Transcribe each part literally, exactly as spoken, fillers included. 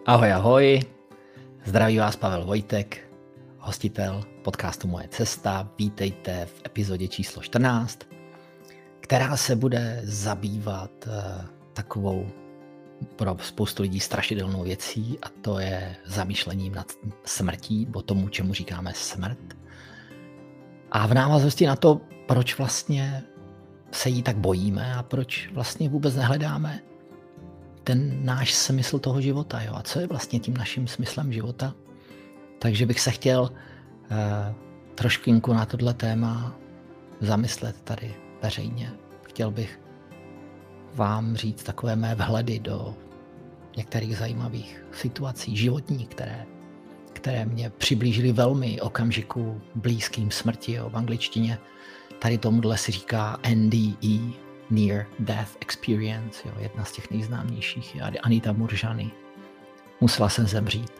Ahoj, ahoj, zdraví vás Pavel Vojtek, hostitel podcastu Moje cesta. Vítejte v epizodě číslo čtrnáct, která se bude zabývat uh, takovou pro spoustu lidí strašidelnou věcí, a to je zamýšlením nad smrtí, nebo tomu, čemu říkáme smrt. A v návaznosti na to, proč vlastně se jí tak bojíme a proč vlastně vůbec nehledáme ten náš smysl toho života, jo? A co je vlastně tím naším smyslem života. Takže bych se chtěl uh, troškinku na tohle téma zamyslet tady veřejně. Chtěl bych vám říct takové mé vhledy do některých zajímavých situací životních, které, které mě přiblížily velmi okamžiku blízkým smrti. Jo? V angličtině tady tomuhle si říká N D E, Near Death Experience, jo, jedna z těch nejznámějších je Anita Moorjani. Musela jsem zemřít.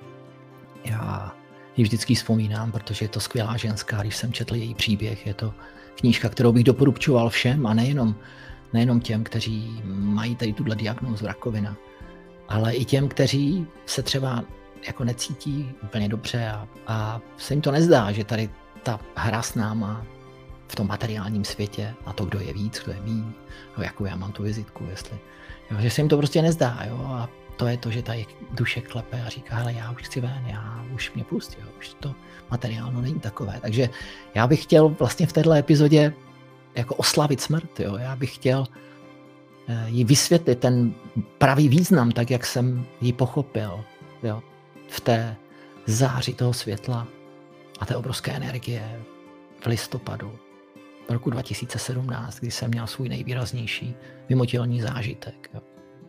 Já ji vždycky vzpomínám, protože je to skvělá ženská, když jsem četl její příběh. Je to knížka, kterou bych doporučoval všem, a nejenom, nejenom těm, kteří mají tady tuhle diagnózu rakovina, ale i těm, kteří se třeba jako necítí úplně dobře a, a se jim to nezdá, že tady ta hra s náma v tom materiálním světě, a to, kdo je víc, kdo je míň, jo, jakou já mám tu vizitku, jestli, jo, že se jim to prostě nezdá, jo, a to je to, že ta duše klepe a říká, hele, já už chci ven, já už mě pust, jo, už to materiálno není takové. Takže já bych chtěl vlastně v této epizodě jako oslavit smrt, jo, já bych chtěl jí vysvětlit ten pravý význam, tak jak jsem ji pochopil, jo, v té záři toho světla a té obrovské energie v listopadu v roku dva tisíce sedmnáct, kdy jsem měl svůj nejvýraznější vymotilní zážitek. Jo.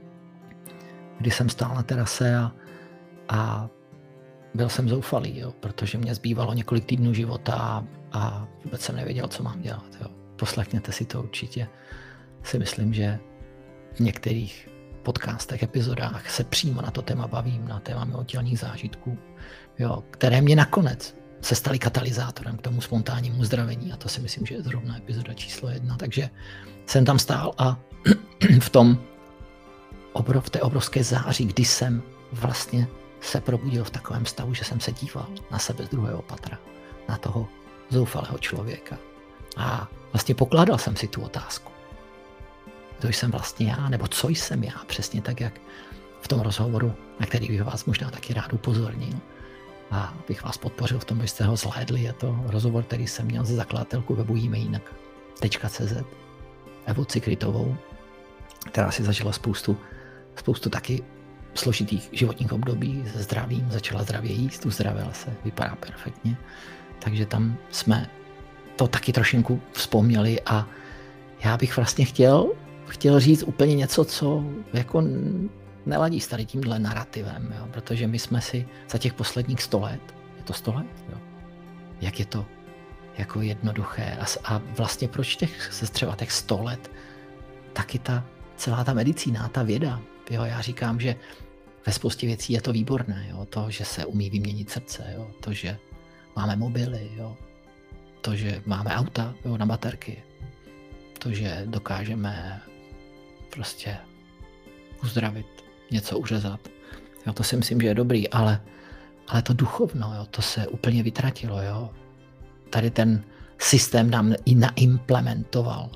Kdy jsem stál na terase a, a byl jsem zoufalý, jo, protože mě zbývalo několik týdnů života a, a vůbec jsem nevěděl, co mám dělat. Jo. Poslechněte si to určitě. Si myslím, že v některých podcastech, epizodách se přímo na to téma bavím, na téma vymotilních zážitků, jo, které mě nakonec se staly katalyzátorem k tomu spontánnímu uzdravení, a to si myslím, že je zrovna epizoda číslo jedna. Takže jsem tam stál a v tom obrov, v té obrovské záři, kdy jsem vlastně se probudil v takovém stavu, že jsem se díval na sebe z druhého patra, na toho zoufalého člověka. A vlastně pokládal jsem si tu otázku. Kdo jsem vlastně já, nebo co jsem já, přesně tak, jak v tom rozhovoru, na který bych vás možná taky rád upozornil. A bych vás podpořil v tom, abyste ho zhlédli. Je to rozhovor, který jsem měl ze zakladatelku webu jíme jinak tečka cé zet, Evou Cikrytovou, která si zažila spoustu, spoustu taky složitých životních období se zdravím, začala zdravě jíst, uzdravila se, vypadá perfektně. Takže tam jsme to taky trošinku vzpomněli a já bych vlastně chtěl, chtěl říct úplně něco, co jako neladí s tady tímhle narrativem, jo? Protože my jsme si za těch posledních sto let, je to sto let, jo? Jak je to jako jednoduché a, a vlastně proč těch, se třeba těch sto let taky ta celá ta medicína, ta věda, jo? Já říkám, že ve spoustě věcí je to výborné, jo? To, že se umí vyměnit srdce, jo? To, že máme mobily, jo? To, že máme auta, jo? Na baterky, to, že dokážeme prostě uzdravit, něco uřezat. Jo, to si myslím, že je dobrý, ale, ale to duchovno, jo, to se úplně vytratilo. Jo. Tady ten systém nám i naimplementoval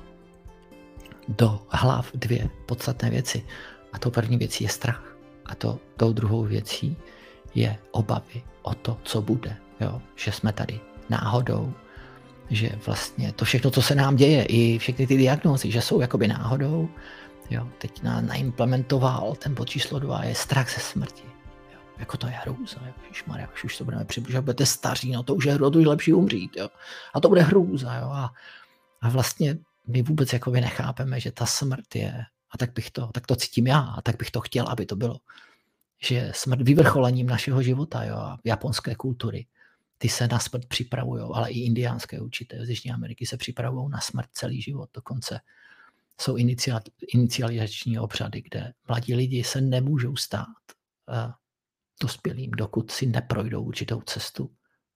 do hlav dvě podstatné věci. A to první věcí je strach. A to, tou druhou věcí je obavy o to, co bude. Jo. Že jsme tady náhodou, že vlastně to všechno, co se nám děje, i všechny ty diagnózy, že jsou jakoby náhodou. Jo, teď na, naimplementoval ten bod číslo dva je strach ze smrti. Jo, jako to je hrůza. Ježišmarja, až už se budeme přibližovat, budete staří, no to už je hrůza, to už je lepší umřít. Jo. A to bude hrůza. Jo. A, a vlastně my vůbec jakoby nechápeme, že ta smrt je, a tak bych to, tak to cítím já, a tak bych to chtěl, aby to bylo, že smrt vyvrcholením našeho života, jo, a japonské kultury, ty se na smrt připravují, ale i indiánské určité z Jižní Ameriky se připravují na smrt celý život, dokonce jsou inicializační obřady, kde mladí lidi se nemůžou stát uh, dospělým, dokud si neprojdou určitou cestu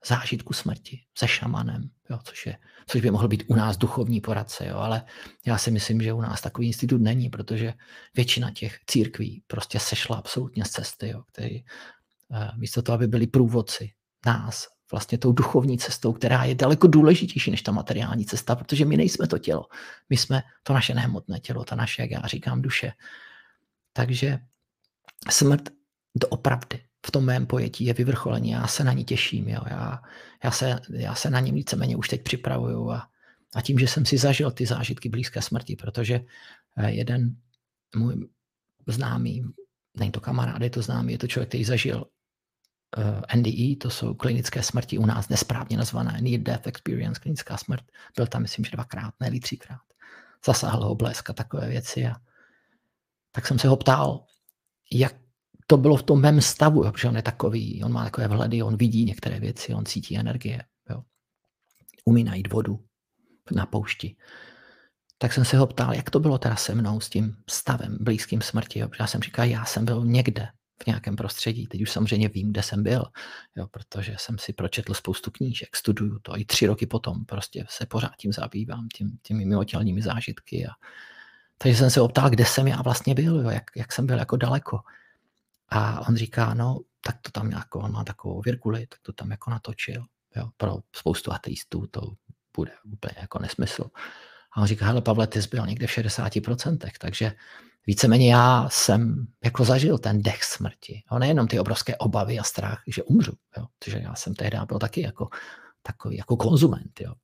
zážitku smrti se šamanem, jo, což, je, což by mohl být u nás duchovní poradce, jo, ale já si myslím, že u nás takový institut není, protože většina těch církví prostě sešla absolutně z cesty, jo, který, místo toho, aby byli průvodci nás vlastně tou duchovní cestou, která je daleko důležitější než ta materiální cesta, protože my nejsme to tělo. My jsme to naše nehmotné tělo, ta naše, jak já říkám, duše. Takže smrt doopravdy v tom mém pojetí je vyvrcholení. Já se na ní těším. Jo. Já, já, se, já se na ní víceméně už teď připravuju a, a tím, že jsem si zažil ty zážitky blízké smrti, protože jeden můj známý, není to kamarád, je to známý, je to člověk, který zažil N D E, to jsou klinické smrti u nás nesprávně nazvané Near Death Experience, klinická smrt. Byl tam, myslím, že dvakrát, ne třikrát. Zasáhl ho blesk a takové věci. A tak jsem se ho ptal, jak to bylo v tom mém stavu, protože on je takový, on má takové vhledy, on vidí některé věci, on cítí energie. Jo. Umí najít vodu na poušti. Tak jsem se ho ptal, jak to bylo teda se mnou s tím stavem blízkým smrti. Jo. Protože já jsem říkal, já jsem byl někde v nějakém prostředí. Teď už samozřejmě vím, kde jsem byl, jo, protože jsem si pročetl spoustu knížek, studuju to i tři roky potom, prostě se pořád tím zabývám, tím, těmi mimotělními zážitky. A... Takže jsem se optal, kde jsem já vlastně byl, jo, jak, jak jsem byl jako daleko. A on říká, no, tak to tam jako, on má takovou virkuli, tak to tam jako natočil. Jo. Pro spoustu ateistů to bude úplně jako nesmysl. A on říká, hele Pavle, ty jsi byl někde v šedesáti procentech, takže víceméně já jsem jako zažil ten dech smrti. Jo, nejenom ty obrovské obavy a strach, že umřu. Jo, protože já jsem tehdy byl taky jako, takový jako konzument. Jo.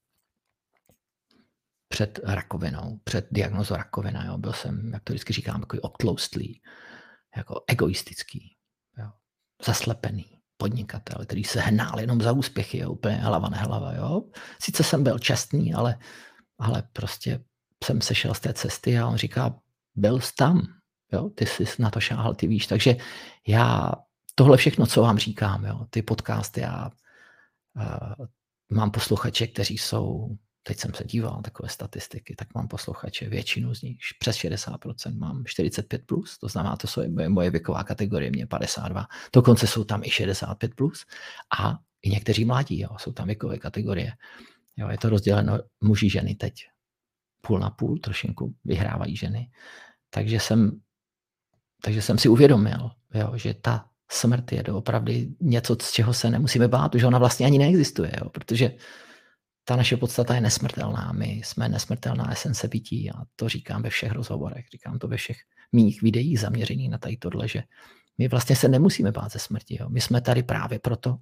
Před rakovinou, před diagnózou rakovina. Jo, byl jsem, jak to vždycky říkám, takový obtloustlý, jako egoistický, jo, zaslepený podnikatel, který se hnál jenom za úspěchy, jo, úplně hlava nehlava. Jo. Sice jsem byl čestný, ale, ale prostě jsem sešel z té cesty a on říká, byl jsi tam, jo? Ty jsi na to šáhl, ty víš. Takže já tohle všechno, co vám říkám, jo? Ty podcasty, já uh, mám posluchače, kteří jsou, teď jsem se díval takové statistiky, tak mám posluchače, většinu z nich, přes šedesát procent, mám čtyřicet pět plus, to znamená, to je moje věková kategorie, mě padesát dva, dokonce jsou tam i šedesát pět plus a i někteří mladí, jo? Jsou tam věkové kategorie. Jo? Je to rozděleno muži, ženy teď. Půl na půl, trošinku vyhrávají ženy. Takže jsem, takže jsem si uvědomil, jo, že ta smrt je doopravdy něco, z čeho se nemusíme bát, že ona vlastně ani neexistuje, jo, protože ta naše podstata je nesmrtelná. My jsme nesmrtelná esence bytí a to říkám ve všech rozhovorech, říkám to ve všech mých videích zaměřených na tady tohle, že my vlastně se nemusíme bát ze smrti. Jo. My jsme tady právě proto,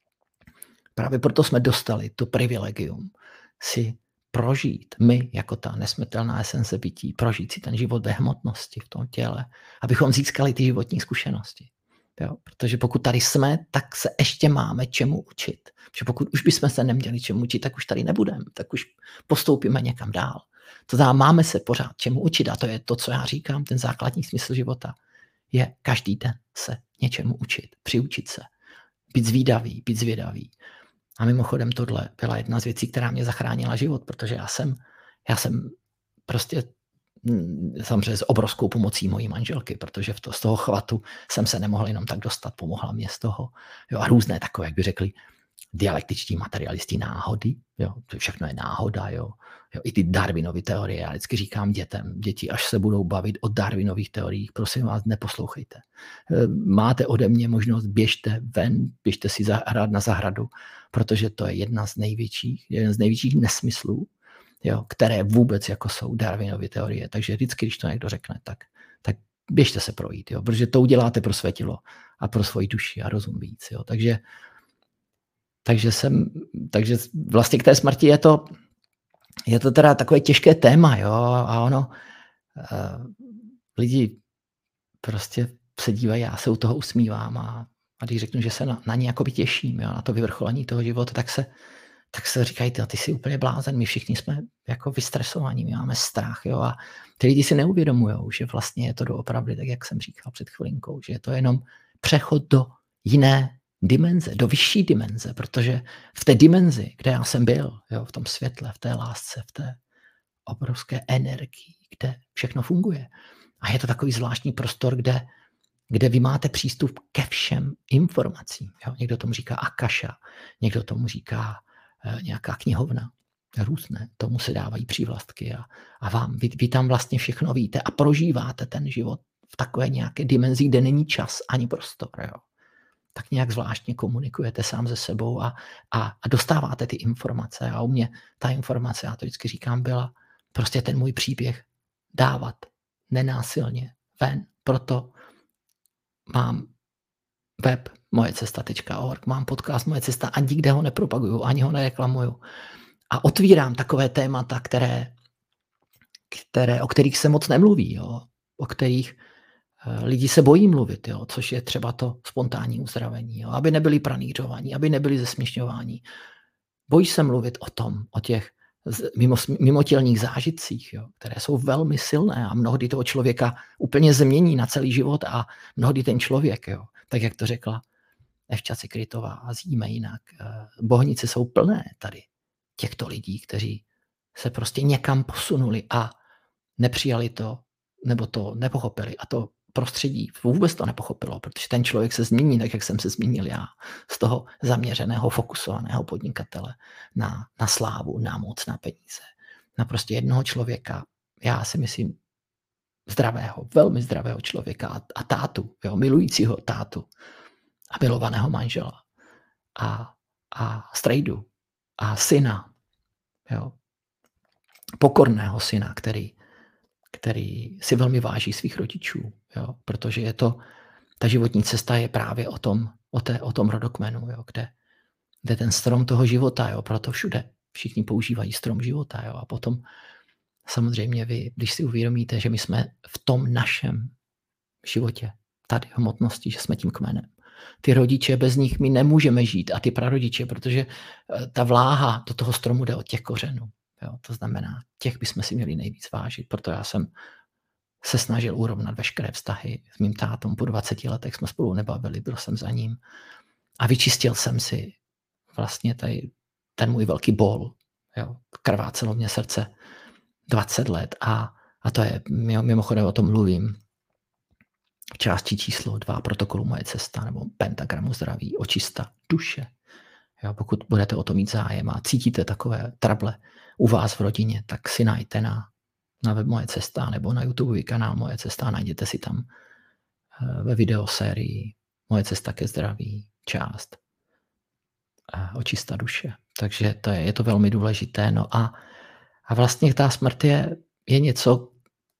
právě proto jsme dostali to privilegium si prožít, my jako ta nesmrtelná esence bytí, prožít si ten život ve hmotnosti v tom těle, abychom získali ty životní zkušenosti. Jo? Protože pokud tady jsme, tak se ještě máme čemu učit. Protože pokud už bychom se neměli čemu učit, tak už tady nebudeme, tak už postoupíme někam dál. To znamená, máme se pořád čemu učit a to je to, co já říkám, ten základní smysl života je každý den se něčemu učit, přiučit se, být zvídavý, být zvědavý. A mimochodem tohle byla jedna z věcí, která mě zachránila život, protože já jsem, já jsem prostě samozřejmě s obrovskou pomocí mojí manželky, protože v to, z toho chvatu jsem se nemohl jenom tak dostat, pomohla mě z toho. Jo, a různé takové, jak by řekli, dialektičtí materialisti náhody, jo, to všechno je náhoda, jo. Jo, i ty Darwinovy teorie, já vždycky říkám dětem, děti, až se budou bavit o Darwinových teoriích, prosím vás, neposlouchejte. Máte ode mě možnost, běžte ven, běžte si zahrát na zahradu, protože to je jedna z největších, jeden z největších nesmyslů, jo, které vůbec jako jsou Darwinovy teorie. Takže vždycky, když to někdo řekne, tak, tak běžte se projít, jo, protože to uděláte pro své tělo a pro svoji duši a rozum víc. Jo. Takže, takže, jsem, takže vlastně k té smrti je to, je to teda takové těžké téma, jo, a ono, uh, lidi prostě se dívají, já se u toho usmívám a, a když řeknu, že se na, na ně jakoby těším, jo, na to vyvrcholení toho života, tak se, tak se říkají, ty, ty jsi úplně blázen, my všichni jsme jako vystresovaní, my máme strach, jo, a ty lidi si neuvědomujou, že vlastně je to doopravdy, tak jak jsem říkal před chvilinkou, že je to jenom přechod do jiné dimenze, do vyšší dimenze, protože v té dimenzi, kde já jsem byl, jo, v tom světle, v té lásce, v té obrovské energii, kde všechno funguje. A je to takový zvláštní prostor, kde kde vy máte přístup ke všem informacím. Jo? Někdo tomu říká akaša, někdo tomu říká e, nějaká knihovna. Různé, tomu se dávají přívlastky a, a vám, vy, vy tam vlastně všechno víte a prožíváte ten život v takové nějaké dimenzi, kde není čas ani prostor. Jo? Tak nějak zvláštně komunikujete sám se sebou a, a, a dostáváte ty informace. A u mě ta informace, já to vždycky říkám, byla prostě ten můj příběh dávat nenásilně ven. Proto mám web moje cesta tečka org, mám podcast Moje cesta a nikde ho nepropaguju, ani ho nereklamuju. A otvírám takové témata, které, které, o kterých se moc nemluví, jo? O kterých uh, lidi se bojí mluvit, jo? Což je třeba to spontánní uzdravení, jo? Aby nebyli pranířováni, aby nebyli zesměšňováni. Bojí se mluvit o tom, o těch mimo, mimotělních zážitcích, jo? Které jsou velmi silné a mnohdy toho člověka úplně změní na celý život a mnohdy ten člověk, jo? Tak jak to řekla Evča Cikrytová, a zjíme jinak. Bohnice jsou plné tady těchto lidí, kteří se prostě někam posunuli a nepřijali to, nebo to nepochopili. A to prostředí vůbec to nepochopilo, protože ten člověk se změní, tak jak jsem se zmínil já, z toho zaměřeného, fokusovaného podnikatele na, na slávu, na moc, na peníze. Na prostě jednoho člověka, já si myslím, zdravého, velmi zdravého člověka a, a tátu, jo, milujícího tátu a milovaného manžela a, a strejdu a syna, jo, pokorného syna, který, který si velmi váží svých rodičů, jo, protože je to, ta životní cesta je právě o tom, o, té, o tom rodokmenu, jo, kde, kde ten strom toho života, jo, proto všude všichni používají strom života, jo, a potom samozřejmě vy, když si uvědomíte, že my jsme v tom našem životě, tady hmotnosti, že jsme tím kmenem. Ty rodiče, bez nich my nemůžeme žít a ty prarodiče, protože ta vláha do toho stromu jde od těch kořenů. Jo? To znamená, těch bychom si měli nejvíc vážit. Proto já jsem se snažil urovnat veškeré vztahy s mým tátom. Po dvaceti letech jsme spolu nebavili, byl jsem za ním a vyčistil jsem si vlastně tady ten můj velký bol. Jo? Krvácelo mě srdce dvacet let a, a to je, mimochodem o tom mluvím, v části číslo dva protokolu Moje cesta nebo pentagramu zdraví, očista duše. Jo, pokud budete o to mít zájem a cítíte takové trable u vás v rodině, tak si najděte na, na web Moje cesta nebo na YouTube kanál Moje cesta a najděte si tam ve videosérii Moje cesta ke zdraví část očista duše. Takže to je, je to velmi důležité. No a, a vlastně ta smrt je, je něco,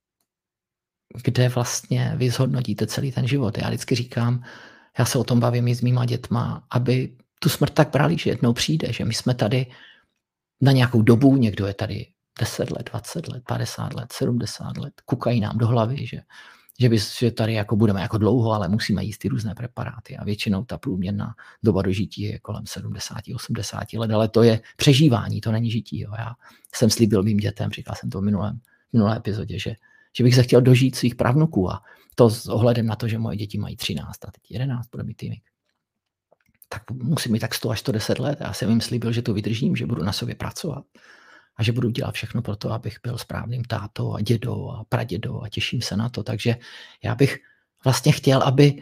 kde vlastně vy zhodnotíte celý ten život. Já vždycky říkám, já se o tom bavím i s mýma dětma, aby tu smrt tak brali, že jednou přijde, že my jsme tady na nějakou dobu, někdo je tady deset let, dvacet let, padesát let, sedmdesát let, kukají nám do hlavy, že, že, by, že tady jako budeme jako dlouho, ale musíme jíst ty různé preparáty a většinou ta průměrná doba dožití je kolem sedmdesát osmdesát let, ale to je přežívání, to není žití. Jo. Já jsem slíbil mým dětem, říkal jsem to v minulém, minulé epizodě, že že bych se chtěl dožít svých pravnuků a to s ohledem na to, že moje děti mají třináct a teď jedenáct, bude mít týmik. Tak musím mít tak sto až sto deset let a já jsem jim slíbil, že to vydržím, že budu na sobě pracovat a že budu dělat všechno pro to, abych byl správným tátou a dědou a pradědou a těším se na to. Takže já bych vlastně chtěl, aby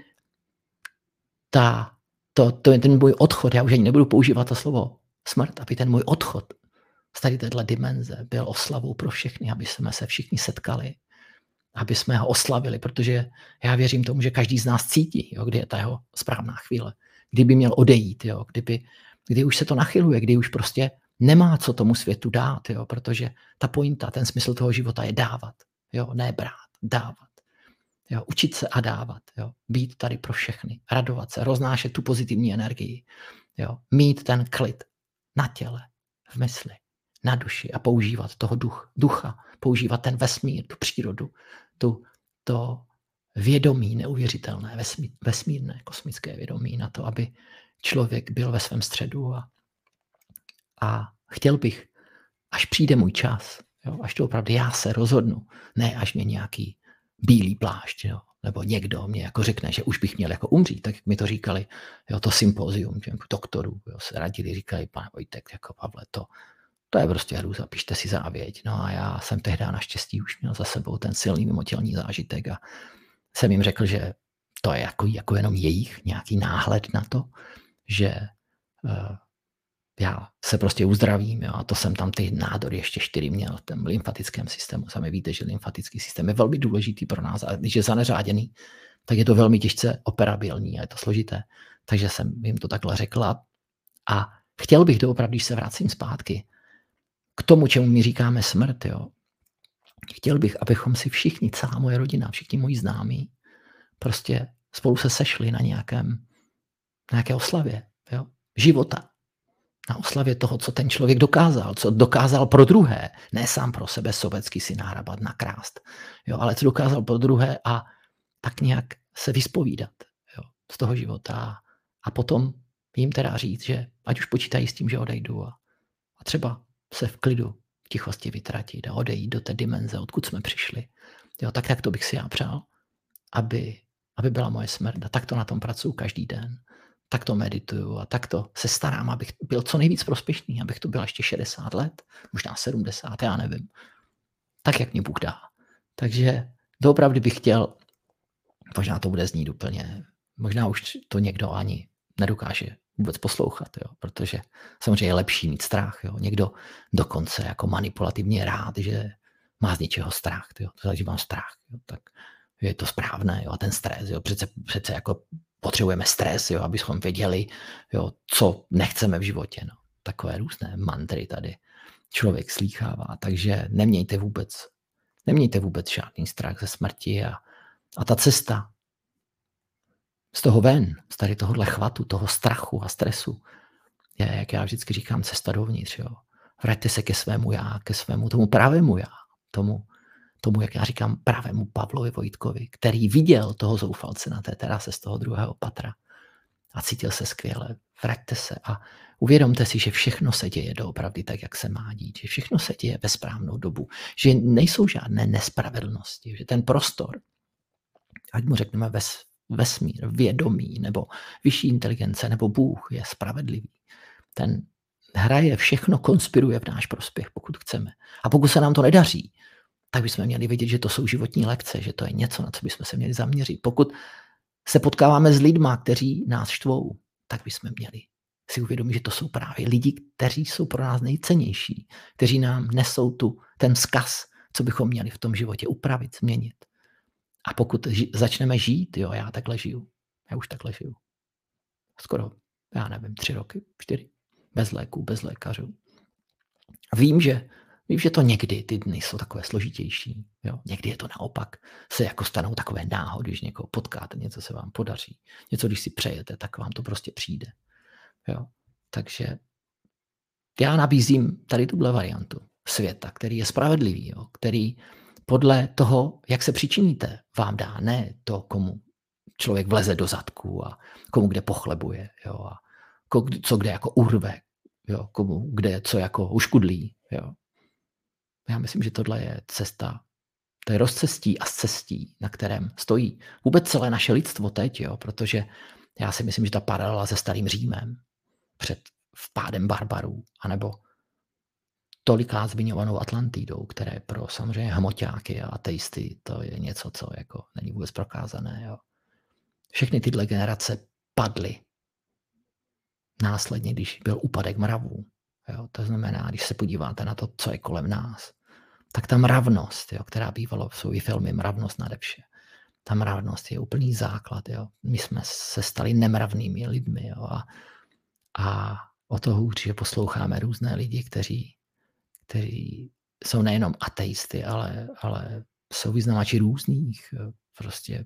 ta, to, to, ten můj odchod, já už ani nebudu používat to slovo smrt, aby ten můj odchod z tady téhle dimenze byl oslavou pro všechny, aby jsme se všichni setkali, aby jsme ho oslavili, protože já věřím tomu, že každý z nás cítí, jo, kdy je ta jeho správná chvíle, kdyby měl odejít, jo, kdyby, kdy už se to nachyluje, kdy už prostě nemá co tomu světu dát, jo, protože ta pointa, ten smysl toho života je dávat, jo, ne brát, dávat. Jo, učit se a dávat, jo, být tady pro všechny, radovat se, roznášet tu pozitivní energii, jo, mít ten klid na těle, v mysli, na duši a používat toho duch, ducha, používat ten vesmír, tu přírodu, tu, to vědomí neuvěřitelné, vesmír, vesmírné, kosmické vědomí na to, aby člověk byl ve svém středu a, a chtěl bych, až přijde můj čas, jo, až to opravdu já se rozhodnu, ne až mě nějaký bílý plášť, jo, nebo někdo mě jako řekne, že už bych měl jako umřít, tak jak mi to říkali, jo, to sympozium doktorů, jo, se radili, říkali, pane Vojtek, jako Pavle, to To je prostě hrůza, pište si závěť. No a já jsem tehdy naštěstí už měl za sebou ten silný mimotělní zážitek a jsem jim řekl, že to je jako, jako jenom jejich nějaký náhled na to, že uh, já se prostě uzdravím, jo, a to jsem tam ty nádory ještě čtyři měl v tom lymfatickém systému. Sami víte, že lymfatický systém je velmi důležitý pro nás a když je zaneřáděný, tak je to velmi těžce operabilní a je to složité. Takže jsem jim to takhle řekla a chtěl bych doopravdy, když se vracím zpátky k tomu, čemu my říkáme smrt, jo. Chtěl bych, abychom si všichni, celá moje rodina, všichni moji známí, prostě spolu se sešli na nějakém, na nějaké oslavě, jo, života. Na oslavě toho, co ten člověk dokázal, co dokázal pro druhé, ne sám pro sebe sobecky si nahrabat, nakrást, jo, ale co dokázal pro druhé a tak nějak se vyspovídat, jo, z toho života a potom jim teda říct, že ať už počítají s tím, že odejdu a, a třeba se v klidu, v tichosti vytratit a odejít do té dimenze, odkud jsme přišli. Jo, tak, tak to bych si já přál, aby, aby byla moje smrt. A tak to na tom pracuji každý den. Tak to medituju a tak to se starám, abych byl co nejvíc prospěšný, abych to byl ještě šedesát let, možná sedmdesát, já nevím. Tak, jak mě Bůh dá. Takže doopravdy bych chtěl, možná to bude znít úplně, možná už to někdo ani nedokáže vůbec poslouchat, jo, protože samozřejmě je lepší mít strach. Jo. Někdo dokonce jako manipulativně rád, že má z něčeho strach, jo, takže mám strach, jo, tak je to správné, jo, a ten stres, jo, přece, přece jako potřebujeme stres, jo, abychom věděli, jo, co nechceme v životě. No. Takové různé mantry tady člověk slýchává, takže nemějte vůbec, nemějte vůbec žádný strach ze smrti a, a ta cesta z toho ven, z tady tohohle chvatu, toho strachu a stresu, je, jak já vždycky říkám, cesta dovnitř. Jo. Vraťte se ke svému já, ke svému tomu pravému já, tomu, tomu, jak já říkám, pravému Pavlovi Vojtkovi, který viděl toho zoufalce na té terase z toho druhého patra a cítil se skvěle. Vraťte se a uvědomte si, že všechno se děje doopravdy tak, jak se má dít, že všechno se děje ve správnou dobu, že nejsou žádné nespravedlnosti, že ten prostor, ať mu řekneme ves, vesmír, vědomí, nebo vyšší inteligence, nebo Bůh je spravedlivý. Ten hraje, všechno konspiruje v náš prospěch, pokud chceme. A pokud se nám to nedaří, tak bychom měli vědět, že to jsou životní lekce, že to je něco, na co bychom se měli zaměřit. Pokud se potkáváme s lidma, kteří nás štvou, tak bychom měli si uvědomit, že to jsou právě lidi, kteří jsou pro nás nejcennější, kteří nám nesou tu, ten vzkaz, co bychom měli v tom životě upravit, změnit. A pokud ži- začneme žít, jo, já takhle žiju, já už takhle žiju. Skoro, já nevím, tři roky, čtyři, bez léků, bez lékařů. A vím, že Vím, že to někdy ty dny jsou takové složitější. Jo? Někdy je to naopak. Se jako stanou takové náhody, když někoho potkáte, něco se vám podaří. Něco, když si přejete, tak vám to prostě přijde. Jo? Takže já nabízím tady tuhle variantu světa, který je spravedlivý, jo? Který podle toho, jak se přičiníte, vám dá, ne to, komu člověk vleze do zadku a komu kde pochlebuje, jo? A co kde jako urve, jo? Komu kde co jako uškudlí. Jo? Já myslím, že tohle je cesta, to je rozcestí a scestí, na kterém stojí vůbec celé naše lidstvo teď, jo? Protože já si myslím, že ta paralela se starým Římem před vpádem barbarů, anebo tolikrát zmiňovanou Atlantidou, které pro samozřejmě hmoťáky a ateisty to je něco, co jako není vůbec prokázané. Jo? Všechny tyhle generace padly následně, když byl úpadek mravů. Jo? To znamená, když se podíváte na to, co je kolem nás, tak ta mravnost, jo, která bývala v svých filmy Mravnost nade vše, ta mravnost je úplný základ. Jo. My jsme se stali nemravnými lidmi. Jo, a, a o to hůř, že posloucháme různé lidi, kteří, kteří jsou nejenom ateisty, ale, ale jsou vyznavači různých prostě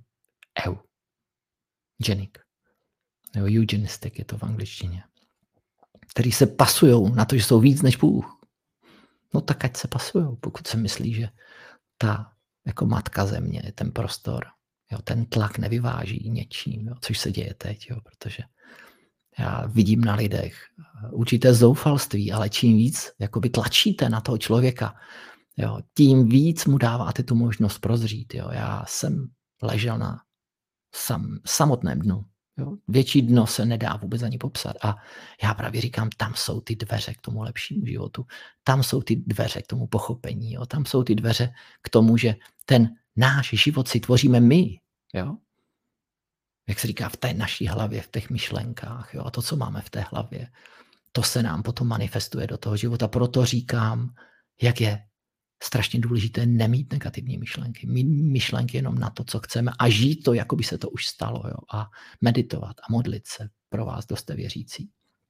eugenik, nebo eugenistic je to v angličtině, kteří se pasujou na to, že jsou víc než Bůh. No tak ať se pasujou, pokud se myslí, že ta jako matka země, ten prostor, jo, ten tlak nevyváží něčím, jo, což se děje teď, jo, protože já vidím na lidech určité zoufalství, ale čím víc jakoby tlačíte na toho člověka, jo, tím víc mu dáváte tu možnost prozřít. Jo. Já jsem ležel na sam, samotném dnu. Jo. Větší dno se nedá vůbec ani popsat. A já právě říkám, tam jsou ty dveře k tomu lepšímu životu. Tam jsou ty dveře k tomu pochopení. Jo. Tam jsou ty dveře k tomu, že ten náš život si tvoříme my. Jo. jak se říká, v té naší hlavě, v těch myšlenkách. Jo? A to, co máme v té hlavě, to se nám potom manifestuje do toho života. Proto říkám, jak je strašně důležité nemít negativní myšlenky. Mít myšlenky jenom na to, co chceme a žít to, jako by se to už stalo. Jo? A meditovat a modlit se pro vás, kdo jste věřící.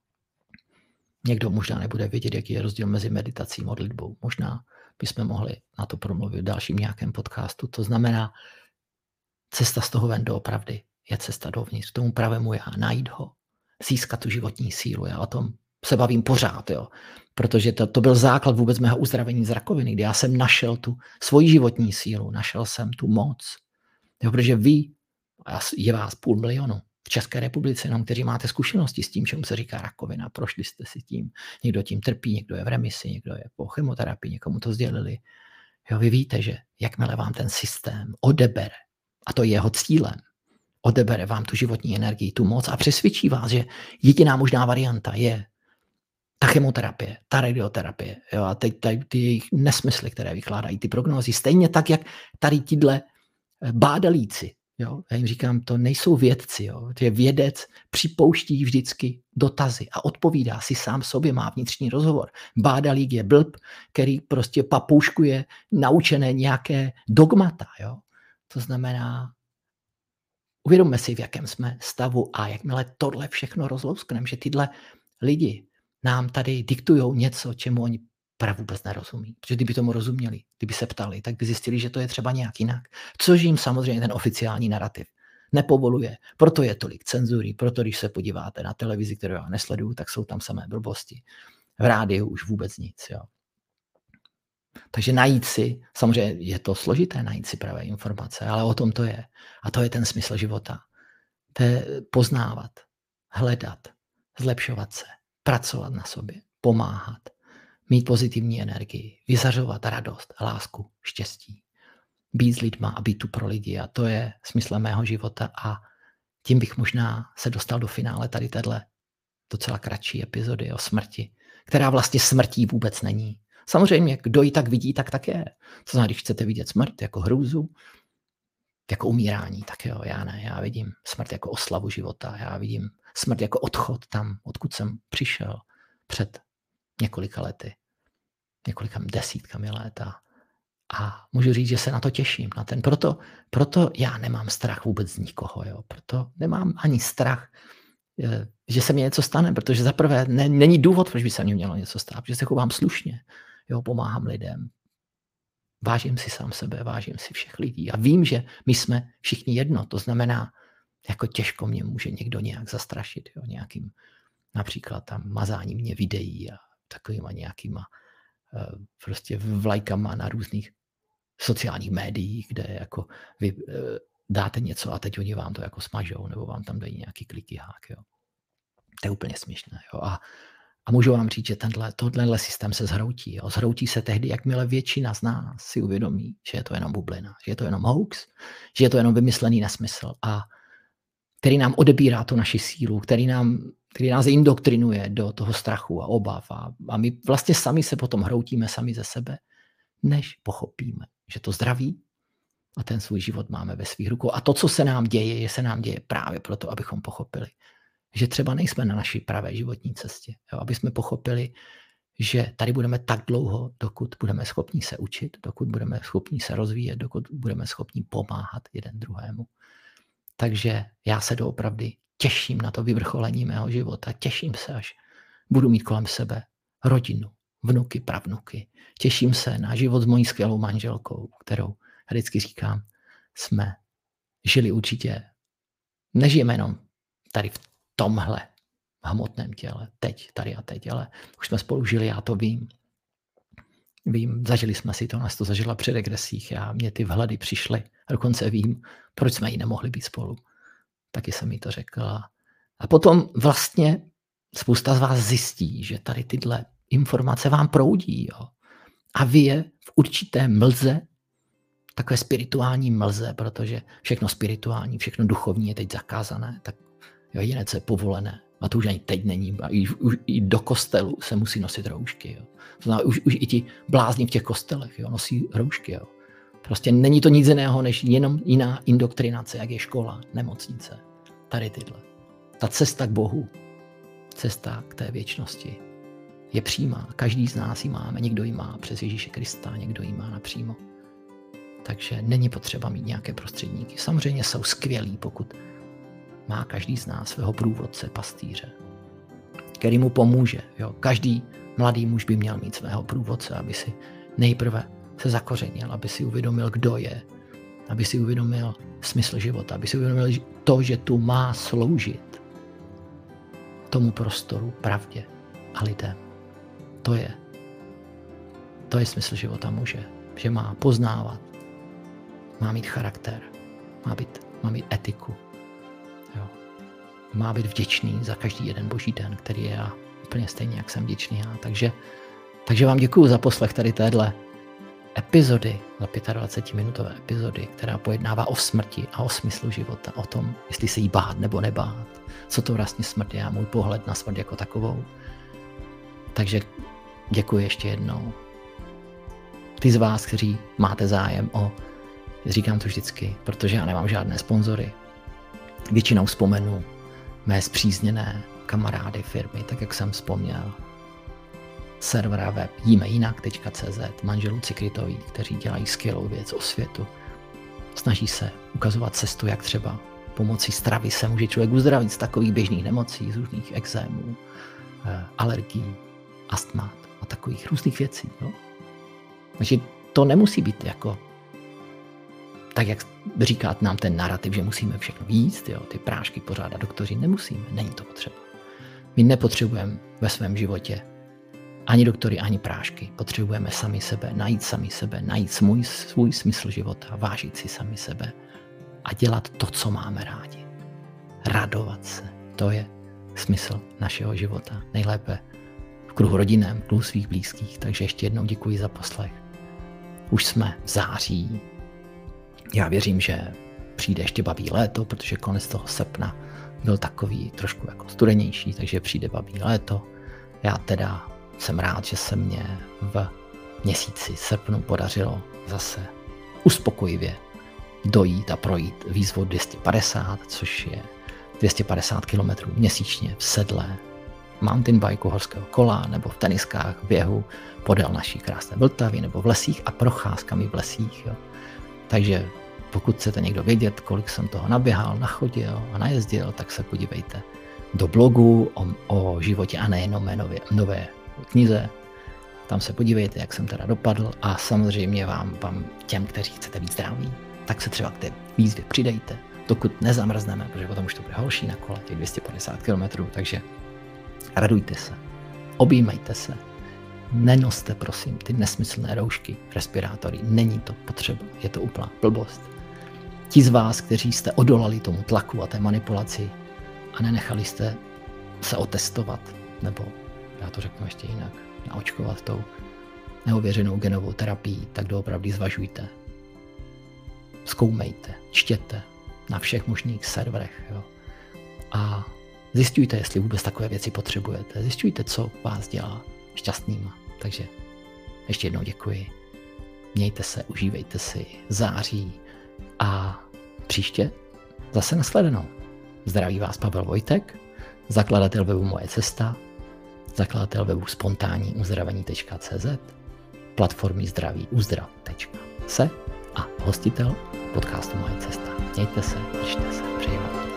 Někdo možná nebude vědět, jaký je rozdíl mezi meditací a modlitbou. Možná bychom mohli na to promluvit v dalším nějakém podcastu. To znamená, cesta z toho ven doopravdy je cesta dovnitř, k tomu pravému já, najít ho, získat tu životní sílu. Já o tom se bavím pořád, jo. Protože to, to byl základ vůbec mého uzdravení z rakoviny, kdy já jsem našel tu svoji životní sílu, našel jsem tu moc. Jo, protože vy, je vás půl milionu v České republice, jenom kteří máte zkušenosti s tím, čemu se říká rakovina, prošli jste si tím, někdo tím trpí, někdo je v remisi, někdo je po chemoterapii, někomu to sdělili. Jo, vy víte, že jakmile vám ten systém odebere, a to je jeho cílem, odebere vám tu životní energii, tu moc a přesvědčí vás, že jediná možná varianta je ta chemoterapie, ta radioterapie. Jo, a teď tady ty jejich nesmysly, které vykládají ty prognózy, stejně tak, jak tady tíhle bádalíci. Jo, já jim říkám, to nejsou vědci. Jo. To je vědec, připouští vždycky dotazy a odpovídá si sám sobě, má vnitřní rozhovor. Bádalík je blb, který prostě papouškuje naučené nějaké dogmata. Jo. To znamená, uvědomme si, v jakém jsme stavu a jakmile tohle všechno rozlouskneme, že tyhle lidi nám tady diktujou něco, čemu oni právě vůbec nerozumí. Protože kdyby tomu rozuměli, kdyby se ptali, tak by zjistili, že to je třeba nějak jinak. Což jim samozřejmě ten oficiální narrativ nepovoluje. Proto je tolik cenzury, proto když se podíváte na televizi, kterou já nesleduju, tak jsou tam samé blbosti. V rádiu už vůbec nic. Jo. Takže najít si, samozřejmě je to složité najít si pravé informace, ale o tom to je. A to je ten smysl života. To je poznávat, hledat, zlepšovat se, pracovat na sobě, pomáhat, mít pozitivní energii, vyzařovat radost, lásku, štěstí, být s lidma a být tu pro lidi. A to je smyslem mého života a tím bych možná se dostal do finále tady téhle docela kratší epizody o smrti, která vlastně smrtí vůbec není. Samozřejmě, kdo ji tak vidí, tak tak je. To znamená, když chcete vidět smrt jako hrůzu, jako umírání, tak jo, já ne, já vidím smrt jako oslavu života, já vidím smrt jako odchod tam, odkud jsem přišel před několika lety, několika desítkami let a, a můžu říct, že se na to těším. Na ten. Proto, proto já nemám strach vůbec z nikoho, jo. Proto nemám ani strach, že se mi něco stane, protože zaprvé ne, není důvod, proč by se mi mělo něco stát, protože se chovám slušně, jo, pomáhám lidem, vážím si sám sebe, vážím si všech lidí a vím, že my jsme všichni jedno, to znamená, jako těžko mě může někdo nějak zastrašit, jo, nějakým například tam mazáním mě videí a takovýma nějakýma uh, prostě vlajkama na různých sociálních médiích, kde jako vy uh, dáte něco a teď oni vám to jako smažou nebo vám tam dají nějaký kliky hák. Jo. To je úplně směšné. Jo. A, a můžu vám říct, že tenhle, tohle systém se zhroutí. Jo. Zhroutí se tehdy, jakmile většina z nás si uvědomí, že je to jenom bublina, že je to jenom hoax, že je to jenom vymyslený nesmysl a který nám odebírá tu naši sílu, který, nám, který nás indoktrinuje do toho strachu a obav. A, a my vlastně sami se potom hroutíme sami ze sebe, než pochopíme, že to zdraví a ten svůj život máme ve svých rukou. A to, co se nám děje, je se nám děje právě proto, abychom pochopili, že třeba nejsme na naší pravé životní cestě. Jo? Aby jsme pochopili, že tady budeme tak dlouho, dokud budeme schopni se učit, dokud budeme schopni se rozvíjet, dokud budeme schopni pomáhat jeden druhému. Takže já se doopravdy těším na to vyvrcholení mého života. Těším se, až budu mít kolem sebe rodinu, vnuky, pravnuky. Těším se na život s mojí skvělou manželkou, kterou vždycky říkám, jsme žili určitě, nežijeme jenom tady v tomhle hmotném těle, teď, tady a teď, ale už jsme spolu žili, já to vím. Vím, zažili jsme si to, nás to zažila při regresích, já, mě ty vhledy přišly, a dokonce vím, proč jsme jí nemohli být spolu. Taky jsem jí to řekla. A potom vlastně spousta z vás zjistí, že tady tyhle informace vám proudí. Jo. A vy je v určité mlze, takové spirituální mlze, protože všechno spirituální, všechno duchovní je teď zakázané, tak jo, jediné, co je povolené, a to už ani teď není, a i, už, i do kostelu se musí nosit roušky. Jo. To znamená, už, už i ti blázni v těch kostelech jo, nosí roušky. Jo. Prostě není to nic jiného, než jenom jiná indoktrinace, jak je škola, nemocnice. tady tyhle. Ta cesta k Bohu, cesta k té věčnosti je přímá. Každý z nás ji máme. Někdo ji má přes Ježíše Krista, někdo ji má napřímo. Takže není potřeba mít nějaké prostředníky. Samozřejmě jsou skvělí, pokud má každý z nás svého průvodce, pastýře, který mu pomůže. Jo? Každý mladý muž by měl mít svého průvodce, aby si nejprve se zakořenil, aby si uvědomil, kdo je, aby si uvědomil smysl života, aby si uvědomil to, že tu má sloužit tomu prostoru, pravdě a lidem. To je, to je smysl života muže, že má poznávat, má mít charakter, má, být, má mít etiku, jo. Má být vděčný za každý jeden boží den, který je já, úplně stejně, jak jsem vděčný já. Takže, takže vám děkuju za poslech tady téhle epizody, za dvacetiminutové epizody, která pojednává o smrti a o smyslu života, o tom, jestli se jí bát nebo nebát, co to vlastně smrt je a můj pohled na smrt jako takovou. Takže děkuji ještě jednou. Ty z vás, kteří máte zájem o, říkám to vždycky, protože já nemám žádné sponzory, většinou vzpomenu mé spřízněné kamarády firmy, tak jak jsem vzpomněl, servera web jimejinak tečka cé zet, manželů Cikrytových, kteří dělají skvělou věc o světu. Snaží se ukazovat cestu, jak třeba pomocí stravy se může člověk uzdravit z takových běžných nemocí, z různých exémů, alergií, astmat a takových různých věcí. Jo? Takže to nemusí být jako tak, jak říká nám ten narrativ, že musíme všechno jíst, jo? Ty prášky pořádat doktoři, nemusíme, není to potřeba. My nepotřebujeme ve svém životě ani doktory, ani prášky. Potřebujeme sami sebe, najít sami sebe, najít svůj, svůj smysl života, vážit si sami sebe a dělat to, co máme rádi. Radovat se. To je smysl našeho života. Nejlépe v kruhu rodinném, v kruhu svých blízkých. Takže ještě jednou děkuji za poslech. Už jsme v září. Já věřím, že přijde ještě babí léto, protože konec toho srpna byl takový trošku jako studenější, takže přijde babí léto. Já teda jsem rád, že se mě v měsíci srpnu podařilo zase uspokojivě dojít a projít výzvu dvě stě padesát, což je dvě stě padesát kilometrů měsíčně v sedle mountain bikeu, horského kola nebo v teniskách, běhu podél naší krásné Vltavy nebo v lesích a procházkami v lesích. Jo. Takže pokud chcete někdo vědět, kolik jsem toho naběhal, nachodil a najezdil, tak se podívejte do blogu o, o životě a nejenom mé nové, nové knize. Tam se podívejte, jak jsem teda dopadl a samozřejmě vám, vám těm, kteří chcete být zdraví, tak se třeba k té výzvě přidejte, dokud nezamrzneme, protože potom už to bude horší na kole, těch dvě stě padesát kilometrů, takže radujte se, objímejte se, nenoste prosím ty nesmyslné roušky, respirátory, není to potřeba, je to úplná blbost. Ti z vás, kteří jste odolali tomu tlaku a té manipulaci a nenechali jste se otestovat, nebo já to řeknu ještě jinak, naočkovat tou neověřenou genovou terapií, tak doopravdy zvažujte. Zkoumejte, čtěte na všech možných serverech. Jo. A zjišťujte, jestli vůbec takové věci potřebujete. Zjišťujte, co vás dělá šťastnýma. Takže ještě jednou děkuji. Mějte se, užívejte si září a příště zase nashledanou. Zdraví vás Pavel Vojtek, zakladatel webu Moje cesta, zakladatel webu spontánní uzdravení tečka cé zet, platformy zdraví uzdrav tečka se a hostitel podcastu Moje cesta. Mějte se, držte se, přeji vám.